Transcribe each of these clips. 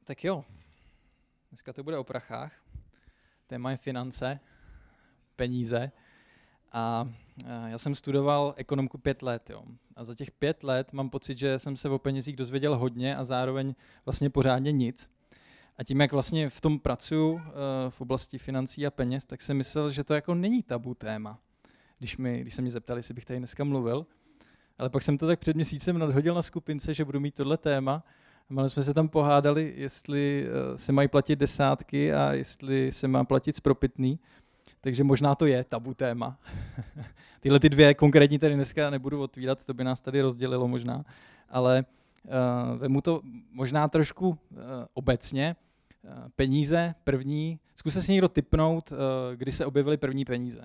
Tak jo, dneska to bude o prachách. Téma je finance, peníze. A já jsem studoval ekonomku 5 let. Jo. A za těch 5 let mám pocit, že jsem se o penězích dozvěděl hodně a zároveň vlastně pořádně nic. A tím, jak vlastně v tom pracuji v oblasti financí a peněz, tak jsem myslel, že to jako není tabu téma. Když se mě zeptali, jestli bych tady dneska mluvil. Ale pak jsem to tak před měsícem nadhodil na skupince, že budu mít tohle téma. A jsme se tam pohádali, jestli se mají platit desátky a jestli se má platit spropitný. Takže možná to je tabu téma. Tyhle ty dvě konkrétní tady dneska nebudu otvírat, to by nás tady rozdělilo možná. Ale vemu to možná trošku obecně. Peníze první. Zkuste si někdo tipnout, kdy se objevily první peníze.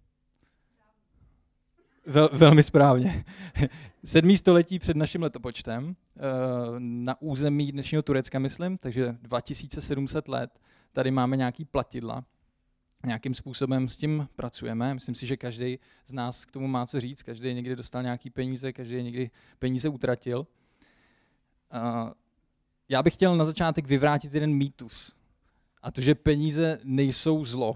Velmi správně. 7. století před naším letopočtem, na území dnešního Turecka, myslím, takže 2700 let, tady máme nějaký platidla. Nějakým způsobem s tím pracujeme. Myslím si, že každý z nás k tomu má co říct, každý někdy dostal nějaký peníze, každý někdy peníze utratil. Já bych chtěl na začátek vyvrátit jeden mýtus. A to, že peníze nejsou zlo.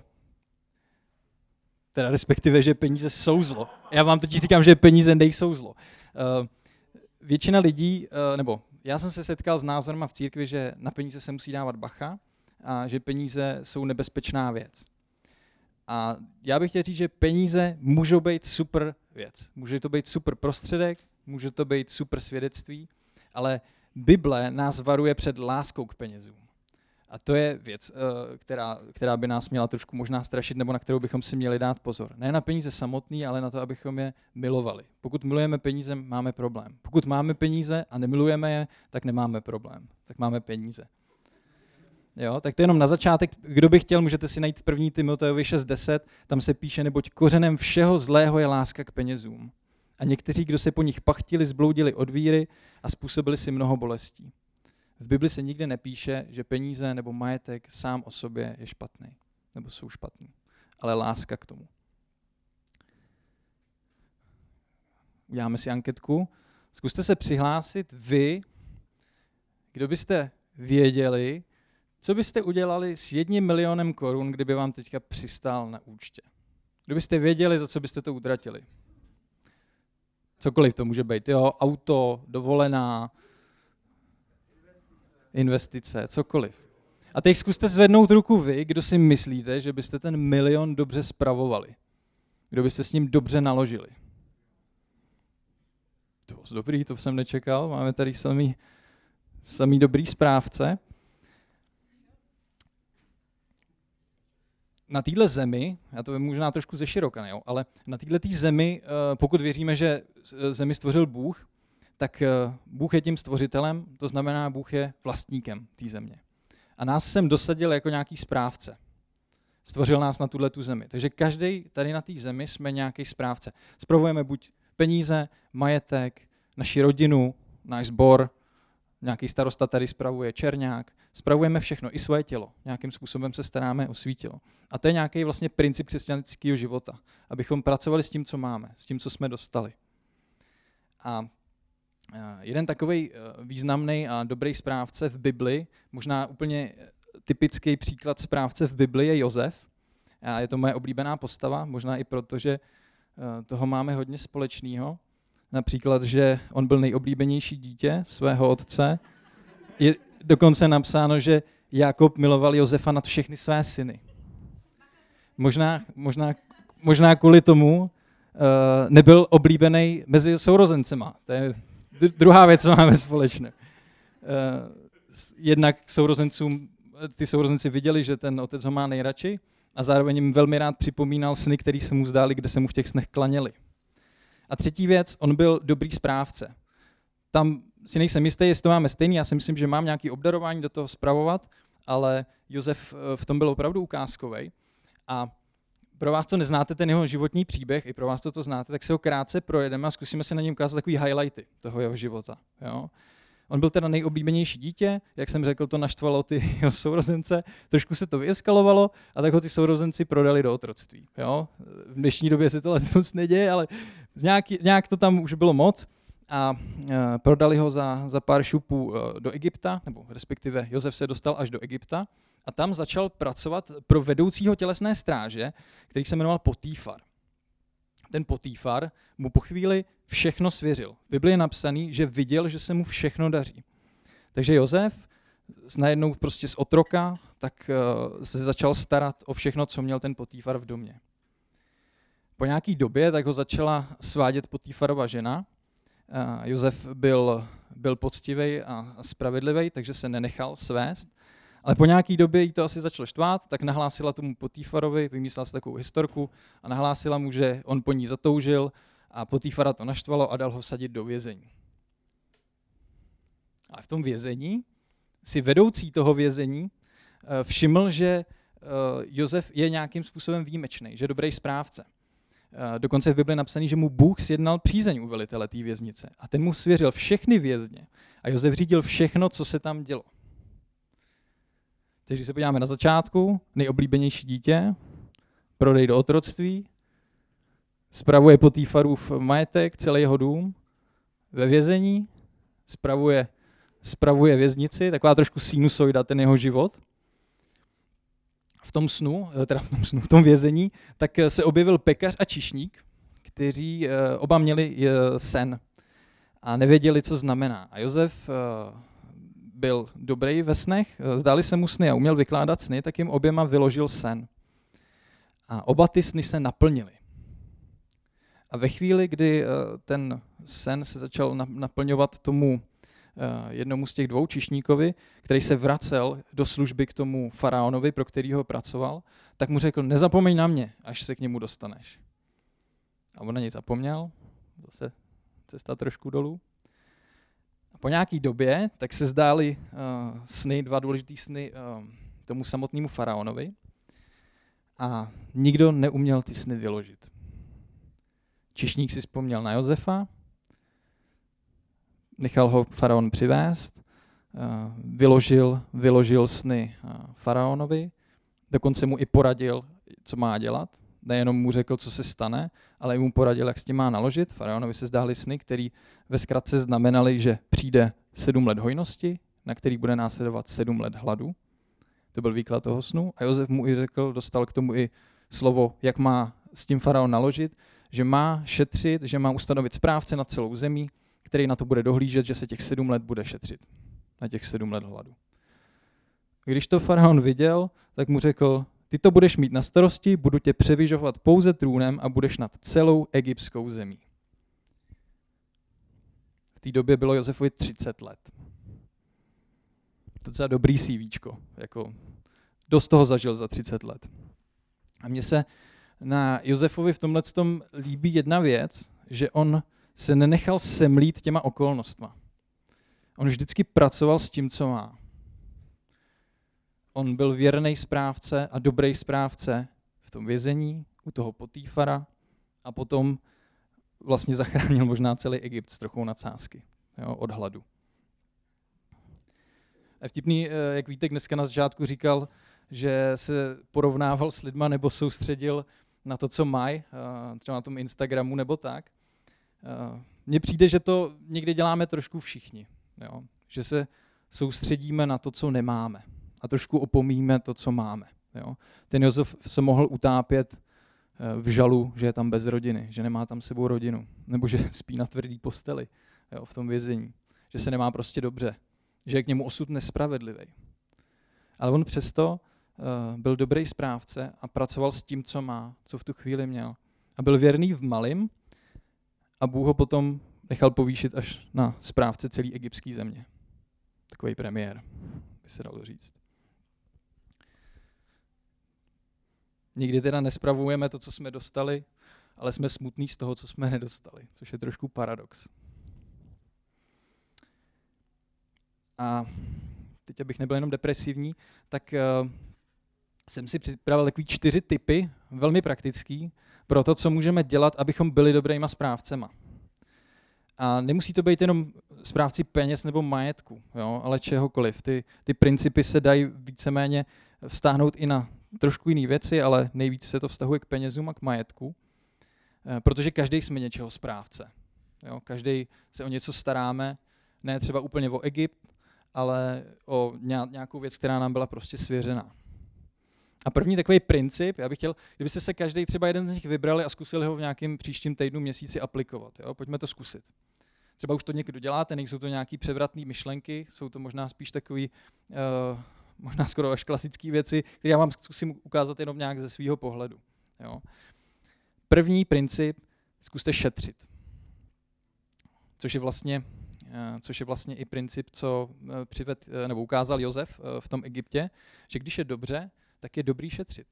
Teda respektive, že peníze jsou zlo. Já vám totiž říkám, že peníze nejsou zlo. Většina lidí, nebo já jsem se setkal s názorem v církvi, že na peníze se musí dávat bacha a že peníze jsou nebezpečná věc. A já bych chtěl říct, že peníze můžou být super věc. Může to být super prostředek, může to být super svědectví, ale Bible nás varuje před láskou k penězům. A to je věc, která by nás měla trošku možná strašit, nebo na kterou bychom si měli dát pozor. Ne na peníze samotný, ale na to, abychom je milovali. Pokud milujeme peníze, máme problém. Pokud máme peníze a nemilujeme je, tak nemáme problém. Tak máme peníze. Jo, tak to jenom na začátek. Kdo by chtěl, můžete si najít v 1. Timotejovi 6:10, tam se píše, neboť kořenem všeho zlého je láska k penězům. A někteří, kdo se po nich pachtili, zbloudili od víry a způsobili si mnoho bolestí. V Bibli se nikde nepíše, že peníze nebo majetek sám o sobě je špatný, nebo jsou špatný, ale láska k tomu. Uděláme si anketku. Zkuste se přihlásit vy, kdo byste věděli, co byste udělali s 1 milionem korun, kdyby vám teďka přistál na účtě? Kdybyste věděli, za co byste to utratili? Cokoliv to může být. Jo, auto, dovolená, investice, cokoliv. A teď zkuste zvednout ruku vy, kdo si myslíte, že byste ten milion dobře spravovali. Kdo byste s ním dobře naložili. To je dobrý, to jsem nečekal. Máme tady samý dobrý správce. Na téhle zemi, já to vím možná trošku ze široka, jo, ale na této zemi, pokud věříme, že zemi stvořil Bůh, tak Bůh je tím stvořitelem, to znamená, Bůh je vlastníkem té země. A nás sem dosadil jako nějaký správce. Stvořil nás na tuhletu zemi. Takže každý tady na té zemi jsme nějaký správce. Spravujeme buď peníze, majetek, naši rodinu, náš sbor, nějaký starosta tady spravuje čerňák, spravujeme všechno, i svoje tělo. Nějakým způsobem se staráme o svý tělo. A to je nějaký vlastně princip křesťanského života. Abychom pracovali s tím, co máme, s tím, co jsme dostali. A jeden takový významný a dobrý správce v Bibli, možná úplně typický příklad správce v Bibli je Josef. A je to moje oblíbená postava, možná i proto, že toho máme hodně společného. Například, že on byl nejoblíbenější dítě svého otce. Je dokonce napsáno, že Jákob miloval Josefa nad všechny své syny. Možná kvůli tomu nebyl oblíbený mezi sourozencema. To je druhá věc, co máme společné. Jednak ty sourozenci viděli, že ten otec ho má nejradši a zároveň jim velmi rád připomínal sny, které se mu zdály, kde se mu v těch snech klaněli. A třetí věc, on byl dobrý správce. Tam si nejsem jistý, jestli to máme stejný, já si myslím, že mám nějaké obdarování do toho spravovat, ale Josef v tom byl opravdu ukázkovej. A pro vás, co neznáte ten jeho životní příběh, i pro vás, co to znáte, tak se ho krátce projedeme a zkusíme se na něm ukázat takový highlighty toho jeho života. Jo? On byl teda nejoblíbenější dítě, jak jsem řekl, to naštvalo ty jeho sourozence, trošku se to vyeskalovalo a tak ho ty sourozenci prodali do otroctví. Jo? V dnešní době se to moc neděje, ale nějak to tam už bylo moc a prodali ho za pár šupů do Egypta, nebo respektive Josef se dostal až do Egypta a tam začal pracovat pro vedoucího tělesné stráže, který se jmenoval Potýfar. Ten Potýfar mu po chvíli všechno svěřil. V Biblii je napsaný, že viděl, že se mu všechno daří. Takže Josef najednou prostě z otroka tak se začal starat o všechno, co měl ten Potýfar v domě. Po nějaký době tak ho začala svádět Potýfarova žena. Josef byl poctivý a spravedlivý, takže se nenechal svést. Ale po nějaký době jí to asi začalo štvát, tak nahlásila tomu Potýfarovi, vymyslela si takovou historku a nahlásila mu, že on po ní zatoužil a Potýfara to naštvalo a dal ho vsadit do vězení. A v tom vězení si vedoucí toho vězení všiml, že Josef je nějakým způsobem výjimečný, že je dobrý správce. Dokonce v Bibli je napsaný, že mu Bůh sjednal přízeň u velitele té věznice a ten mu svěřil všechny vězně a Josef řídil všechno, co se tam dělo. Takže když se podíváme na začátku, nejoblíbenější dítě, prodej do otroctví, spravuje Potýfarův majetek, celý jeho dům, ve vězení, spravuje věznici, taková trošku sinusoida ten jeho život. V tom vězení, tak se objevil pekař a číšník, kteří oba měli sen a nevěděli, co znamená. A Josef byl dobrý ve snech, zdály se mu sny a uměl vykládat sny, tak jim oběma vyložil sen. A oba ty sny se naplnily. A ve chvíli, kdy ten sen se začal naplňovat tomu jednomu z těch dvou číšníkovi, který se vracel do služby k tomu faraonovi, pro kterýho pracoval, tak mu řekl, nezapomeň na mě, až se k němu dostaneš. A on na něj zapomněl, zase cesta trošku dolů. A po nějaký době tak se zdály dva důležitý sny tomu samotnému faraonovi a nikdo neuměl ty sny vyložit. Číšník si vzpomněl na Josefa, nechal ho faraon přivést, vyložil sny faraonovi, dokonce mu i poradil, co má dělat. Nejenom mu řekl, co se stane, ale i mu poradil, jak s tím má naložit. Faraonovi se zdály sny, které ve zkratce znamenaly, že přijde 7 let hojnosti, na který bude následovat 7 let hladu. To byl výklad toho snu. A Josef mu i řekl, dostal k tomu i slovo, jak má s tím faraon naložit, že má šetřit, že má ustanovit správce nad celou zemí, který na to bude dohlížet, že se těch 7 let bude šetřit. Na těch 7 let hladu. Když to faraon viděl, tak mu řekl, ty to budeš mít na starosti, budu tě převyžovat pouze trůnem a budeš nad celou egyptskou zemí. V té době bylo Josefovi 30 let. To je docela dobrý CVčko, jako dost toho zažil za 30 let. A mně se na Josefovi v tomhletom líbí jedna věc, že on se nenechal semlít těma okolnostma. On vždycky pracoval s tím, co má. On byl věrný správce a dobrý správce v tom vězení, u toho Potýfara a potom vlastně zachránil možná celý Egypt s trochou nadsázky, od hladu. A vtipný, jak Vítek dneska na začátku říkal, že se porovnával s lidma nebo soustředil na to, co mají, třeba na tom Instagramu nebo tak. Mně přijde, že to někdy děláme trošku všichni, jo? Že se soustředíme na to, co nemáme a trošku opomíme to, co máme. Jo? Ten Josef se mohl utápět v žalu, že je tam bez rodiny, že nemá tam sebou rodinu, nebo že spí na tvrdý posteli, jo, v tom vězení, že se nemá prostě dobře, že je k němu osud nespravedlivý. Ale on přesto byl dobrý správce a pracoval s tím, co má, co v tu chvíli měl. A byl věrný v malým a Bůh ho potom nechal povýšit až na správce celé egyptské země. Takový premiér, by se dalo říct. Nikdy teda nespravujeme to, co jsme dostali, ale jsme smutní z toho, co jsme nedostali, což je trošku paradox. A teď, abych nebyl jenom depresivní, tak jsem si připravil takový 4 tipy, velmi praktický, pro to, co můžeme dělat, abychom byli dobrýma správcema. A nemusí to být jenom správci peněz nebo majetku, jo, ale čehokoliv. Ty principy se dají víceméně vztáhnout i na trošku jiné věci, ale nejvíc se to vztahuje k penězům a k majetku, protože každý jsme něčeho správce. Jo? Každý se o něco staráme, ne třeba úplně o Egypt, ale o nějakou věc, která nám byla prostě svěřená. A první takový princip, já bych chtěl, kdybyste se každý třeba jeden z nich vybrali a zkusili ho v nějakém příštím týdnu, měsíci aplikovat. Jo? Pojďme to zkusit. Třeba už to někdo děláte, nejsou to nějaký převratné myšlenky, jsou to možná spíš takový, možná skoro až klasické věci, které já vám zkusím ukázat jenom nějak ze svého pohledu. Jo? První princip, zkuste šetřit. Což je vlastně i princip, co nebo ukázal Josef v tom Egyptě, že když je dobře, tak je dobrý šetřit.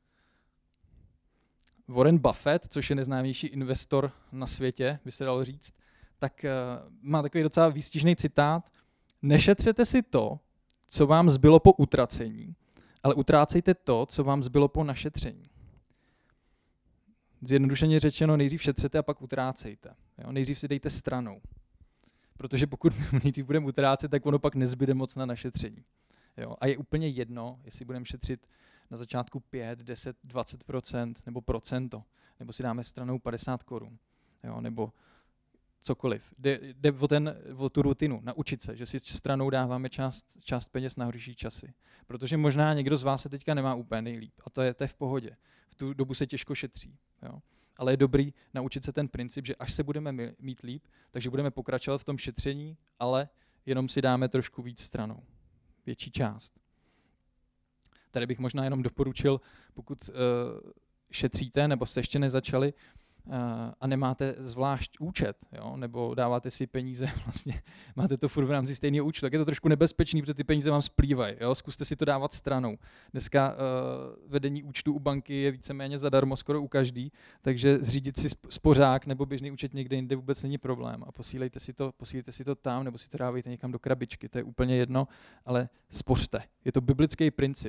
Warren Buffett, což je nejznámější investor na světě, by se dalo říct, tak má takový docela výstižný citát: nešetřete si to, co vám zbylo po utracení, ale utrácejte to, co vám zbylo po našetření. Zjednodušeně řečeno, nejdřív šetřete a pak utrácejte. Jo? Nejdřív si dejte stranou. Protože pokud nejdřív budeme utrácet, tak ono pak nezbyde moc na našetření. Jo? A je úplně jedno, jestli budeme šetřit na začátku 5, 10, 20% nebo procento, nebo si dáme stranou 50 korun, jo? Nebo cokoliv. Jde o tu rutinu, naučit se, že si stranou dáváme část peněz na horší časy. Protože možná někdo z vás se teďka nemá úplně nejlíp a to je v pohodě. V tu dobu se těžko šetří. Jo? Ale je dobrý naučit se ten princip, že až se budeme mít líp, takže budeme pokračovat v tom šetření, ale jenom si dáme trošku víc stranou. Větší část. Tady bych možná jenom doporučil, pokud šetříte nebo jste ještě nezačali a nemáte zvlášť účet, jo, nebo dáváte si peníze, vlastně máte to furt v rámci stejného účtu, tak je to trošku nebezpečný, protože ty peníze vám splývají. Jo. Zkuste si to dávat stranou. Dneska vedení účtu u banky je víceméně zadarmo skoro u každý, takže zřídit si spořák nebo běžný účet někde jinde vůbec není problém a posílejte si to tam nebo si to dávejte někam do krabičky, to je úplně jedno, ale spořte. Je to biblický princip.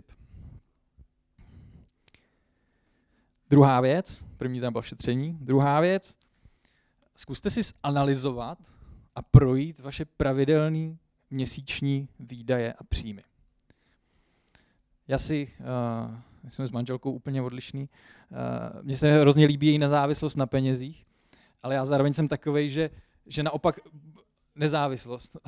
Druhá věc, první tam bylo šetření, druhá věc, zkuste si zanalyzovat a projít vaše pravidelné měsíční výdaje a příjmy. My jsme s manželkou úplně odlišní, mně se hrozně líbí její nezávislost na penězích, ale já zároveň jsem takovej, že naopak nezávislost.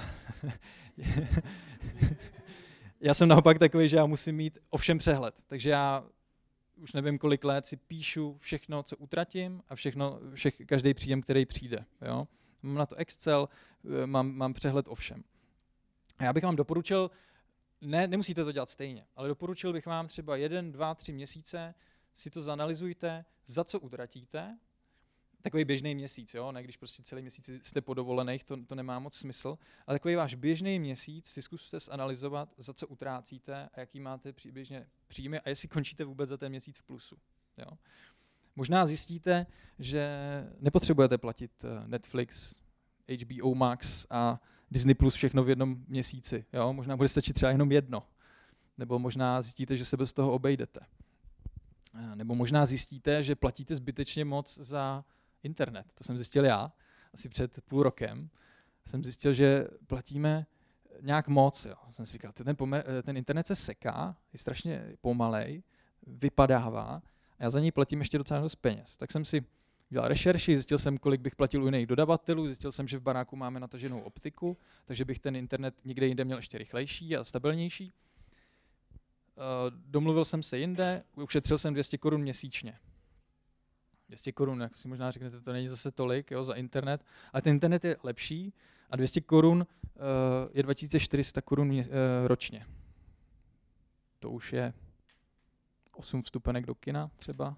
Já jsem naopak takovej, že já musím mít o všem přehled, takže já už nevím, kolik let si píšu všechno, co utratím a každý příjem, který přijde. Jo? Mám na to Excel, mám přehled o všem. A já bych vám doporučil, nemusíte to dělat stejně, ale doporučil bych vám třeba 1, 2, 3 měsíce si to zanalyzujte, za co utratíte. Takový běžný měsíc, jo? Ne, když prostě celý měsíc jste po dovolených, to nemá moc smysl, ale takový váš běžný měsíc si zkuste zanalyzovat, za co utrácíte a jaký máte přibližně příjmy a jestli končíte vůbec za ten měsíc v plusu. Jo? Možná zjistíte, že nepotřebujete platit Netflix, HBO Max a Disney Plus všechno v jednom měsíci. Jo? Možná bude stačit třeba jenom jedno. Nebo možná zjistíte, že se bez toho obejdete. Nebo možná zjistíte, že platíte zbytečně moc za internet. To jsem zjistil já, asi před půl rokem. Jsem zjistil, že platíme nějak moc. Jo. Jsem si říkal, ten internet se seká, je strašně pomalej, vypadává a já za něj platím ještě docela dost peněz. Tak jsem si dělal rešerši, zjistil jsem, kolik bych platil u jiných dodavatelů, zjistil jsem, že v baráku máme nataženou optiku, takže bych ten internet někde jinde měl ještě rychlejší a stabilnější. Domluvil jsem se jinde, ušetřil jsem 200 korun měsíčně. 200 korun, jak si možná řeknete, to není zase tolik, jo, za internet, ale ten internet je lepší a 200 korun je 2400 korun ročně. To už je 8 vstupenek do kina třeba,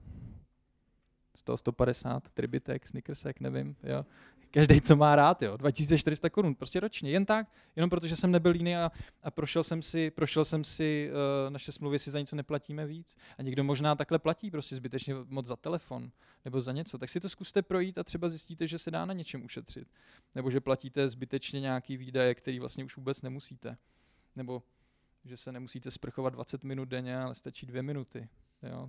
150 tribitek, snickersek, nevím, jo. Každý, co má rád, jo, 2400 korun, prostě ročně, jen tak, jenom protože jsem nebyl jiný a prošel jsem si naše smlouvy, si za něco neplatíme víc. A někdo možná takhle platí prostě zbytečně moc za telefon nebo za něco. Tak si to zkuste projít a třeba zjistíte, že se dá na něčem ušetřit. Nebo že platíte zbytečně nějaký výdaje, který vlastně už vůbec nemusíte. Nebo že se nemusíte sprchovat 20 minut denně, ale stačí 2 minuty. Jo.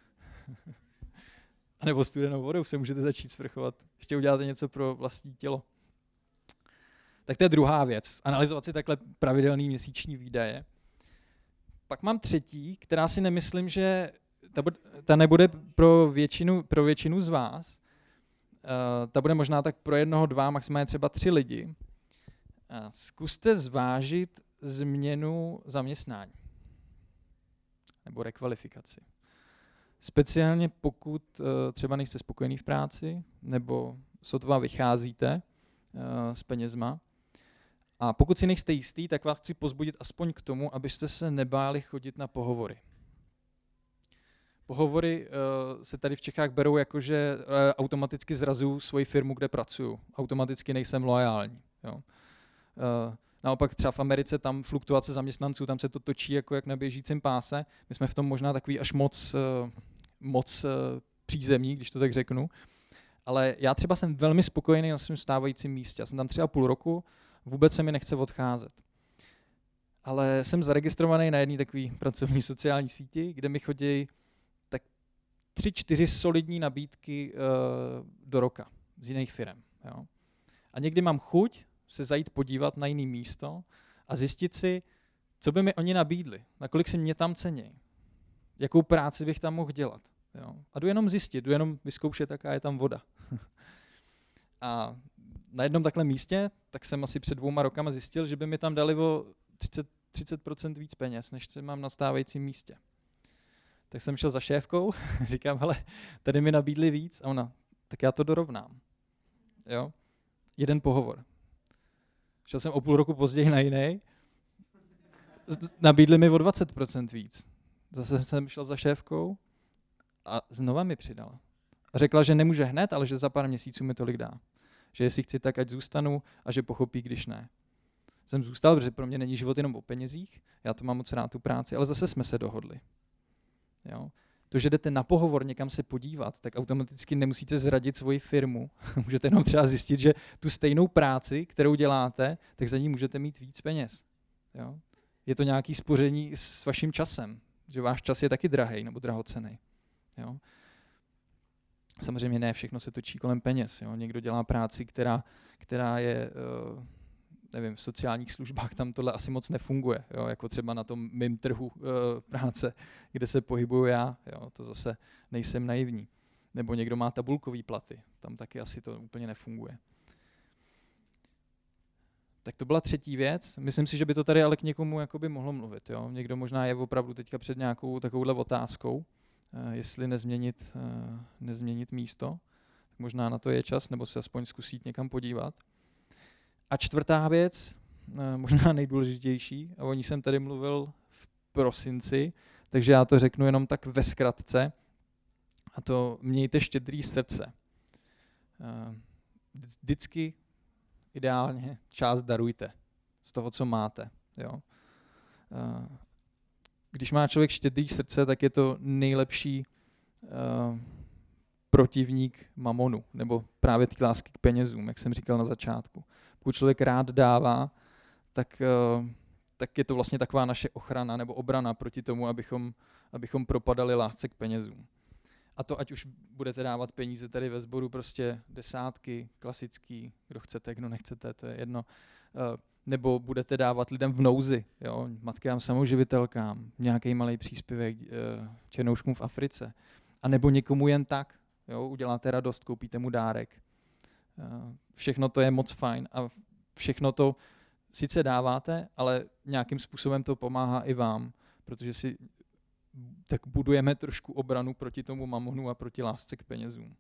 A nebo studenou vodou se můžete začít sprchovat. Ještě uděláte něco pro vlastní tělo. Tak to je druhá věc. Analyzovat si takhle pravidelný měsíční výdaje. Pak mám třetí, která si nemyslím, že ta nebude pro většinu z vás, ta bude možná tak pro 1, 2, maximálně třeba 3 lidi. Zkuste zvážit změnu zaměstnání nebo rekvalifikaci. Speciálně pokud třeba nejste spokojený v práci nebo sotva vycházíte s penězma. A pokud si nejste jistý, tak vás chci pozbudit aspoň k tomu, abyste se nebáli chodit na pohovory. Pohovory se tady v Čechách berou jako, že automaticky zrazuju svoji firmu, kde pracuju. Automaticky nejsem loajální. Jo. Naopak třeba v Americe tam fluktuace zaměstnanců, tam se to točí jako jak na běžícím páse. My jsme v tom možná takový až moc přízemní, když to tak řeknu. Ale já třeba jsem velmi spokojený na svém stávajícím místě. Já jsem tam 3,5 roku, vůbec se mi nechce odcházet. Ale jsem zaregistrovaný na jedné takové pracovní sociální síti, kde mi chodí tak 3-4 solidní nabídky do roka z jiných firm. Jo. A někdy mám chuť se zajít podívat na jiné místo a zjistit si, co by mi oni nabídli, nakolik si mě tam cení, jakou práci bych tam mohl dělat. Jo. A jdu jenom zjistit, jdu jenom vyzkoušet, jaká je tam voda. A na jednom takhle místě, tak jsem asi před 2 rokama zjistil, že by mi tam dali o 30% víc peněz, než co mám na stávajícím místě. Tak jsem šel za šéfkou, říkám, hele, tady mi nabídli víc, a ona, tak já to dorovnám. Jo? Jeden pohovor. Šel jsem o 0,5 roku později na jiný, nabídli mi o 20% víc. Zase jsem šel za šéfkou a znova mi přidala. A řekla, že nemůže hned, ale že za pár měsíců mi tolik dá. Že jestli chci, tak ať zůstanu a že pochopí, když ne. Jsem zůstal, protože pro mě není život jenom o penězích, já to mám moc rád tu práci, ale zase jsme se dohodli. Jo? To, že jdete na pohovor někam se podívat, tak automaticky nemusíte zradit svoji firmu. Můžete jenom třeba zjistit, že tu stejnou práci, kterou děláte, tak za ní můžete mít víc peněz. Jo? Je to nějaké spoření s vaším časem, že váš čas je taky drahej nebo drahocenný. Jo? Samozřejmě ne všechno se točí kolem peněz. Jo? Někdo dělá práci, která je, nevím, v sociálních službách, tam tohle asi moc nefunguje. Jo? Jako třeba na tom mým trhu práce, kde se pohybuju já. Jo? To zase nejsem naivní. Nebo někdo má tabulkový platy. Tam taky asi to úplně nefunguje. Tak to byla 3. věc. Myslím si, že by to tady ale k někomu jakoby mohlo mluvit. Jo? Někdo možná je opravdu teďka před nějakou takovouhle otázkou, jestli nezměnit místo. Tak možná na to je čas, nebo se aspoň zkusit někam podívat. A 4. věc, možná nejdůležitější, a o ní jsem tady mluvil v prosinci, takže já to řeknu jenom tak ve zkratce, a to mějte štědrý srdce. Vždycky ideálně část darujte z toho, co máte. Jo? Když má člověk štědrý srdce, tak je to nejlepší protivník mamonu, nebo právě té lásky k penězům, jak jsem říkal na začátku. Pokud člověk rád dává, tak je to vlastně taková naše ochrana nebo obrana proti tomu, abychom propadali lásce k penězům. A to, ať už budete dávat peníze tady ve sboru, prostě desátky, klasický, kdo chcete, kdo nechcete, to je jedno. Nebo budete dávat lidem v nouzi, jo? Matkám samoživitelkám, nějaký malý příspěvek černouškům v Africe. A nebo někomu jen tak, jo? Uděláte radost, koupíte mu dárek. Všechno to je moc fajn a všechno to sice dáváte, ale nějakým způsobem to pomáhá i vám, protože si tak budujeme trošku obranu proti tomu mamonu a proti lásce k penězům.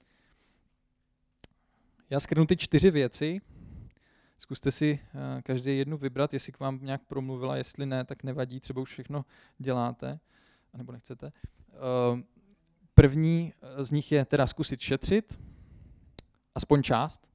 Já shrnu ty 4 věci. Zkuste si každý jednu vybrat, jestli k vám nějak promluvila, jestli ne, tak nevadí, třeba už všechno děláte, anebo nechcete. První z nich je teda zkusit šetřit, aspoň část,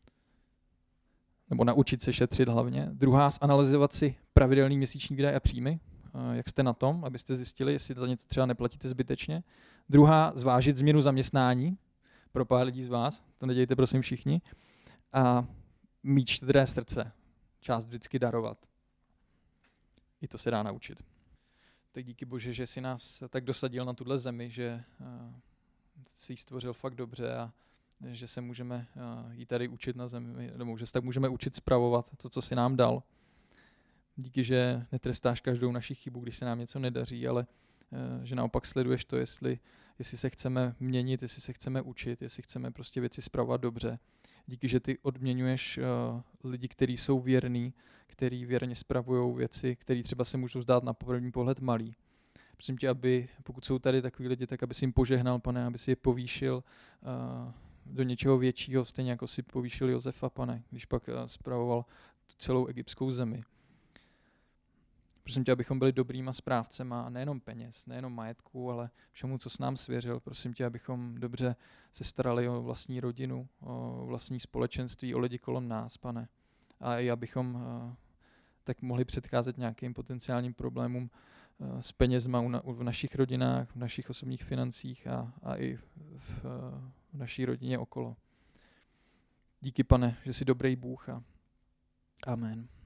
nebo naučit se šetřit hlavně. Druhá, zanalyzovat si pravidelný měsíční výdaje a příjmy, jak jste na tom, abyste zjistili, jestli za něco třeba neplatíte zbytečně. Druhá, zvážit změnu zaměstnání, pro pár lidí z vás, to nedějte prosím všichni. A mít štědré srdce, část vždycky darovat. I to se dá naučit. Tak díky Bože, že si nás tak dosadil na tuhle zemi, že si ji stvořil fakt dobře a že se můžeme jí tady učit na zemi, nebo že se tak můžeme učit spravovat to, co si nám dal. Díky, že netrestáš každou naši chybu, když se nám něco nedaří, ale že naopak sleduješ to, jestli se chceme měnit, jestli se chceme učit, jestli chceme prostě věci spravovat dobře. Díky, že ty odměňuješ lidi, kteří jsou věrní, kteří věrně spravují věci, které třeba se můžou zdát na první pohled malý. Prosím tě, aby, pokud jsou tady takový lidi, tak aby si jim požehnal, Pane, aby si je povýšil do něčeho většího, stejně jako si povýšil Josefa, Pane, když pak spravoval tu celou egyptskou zemi. Prosím tě, abychom byli dobrýma správcema, nejenom peněz, nejenom majetku, ale všemu, co s nám svěřil. Prosím tě, abychom dobře se starali o vlastní rodinu, o vlastní společenství, o lidi kolem nás, Pane. A i abychom tak mohli předcházet nějakým potenciálním problémům s penězma v našich rodinách, v našich osobních financích a i v naší rodině okolo. Díky, Pane, že jsi dobrý Bůh. Amen.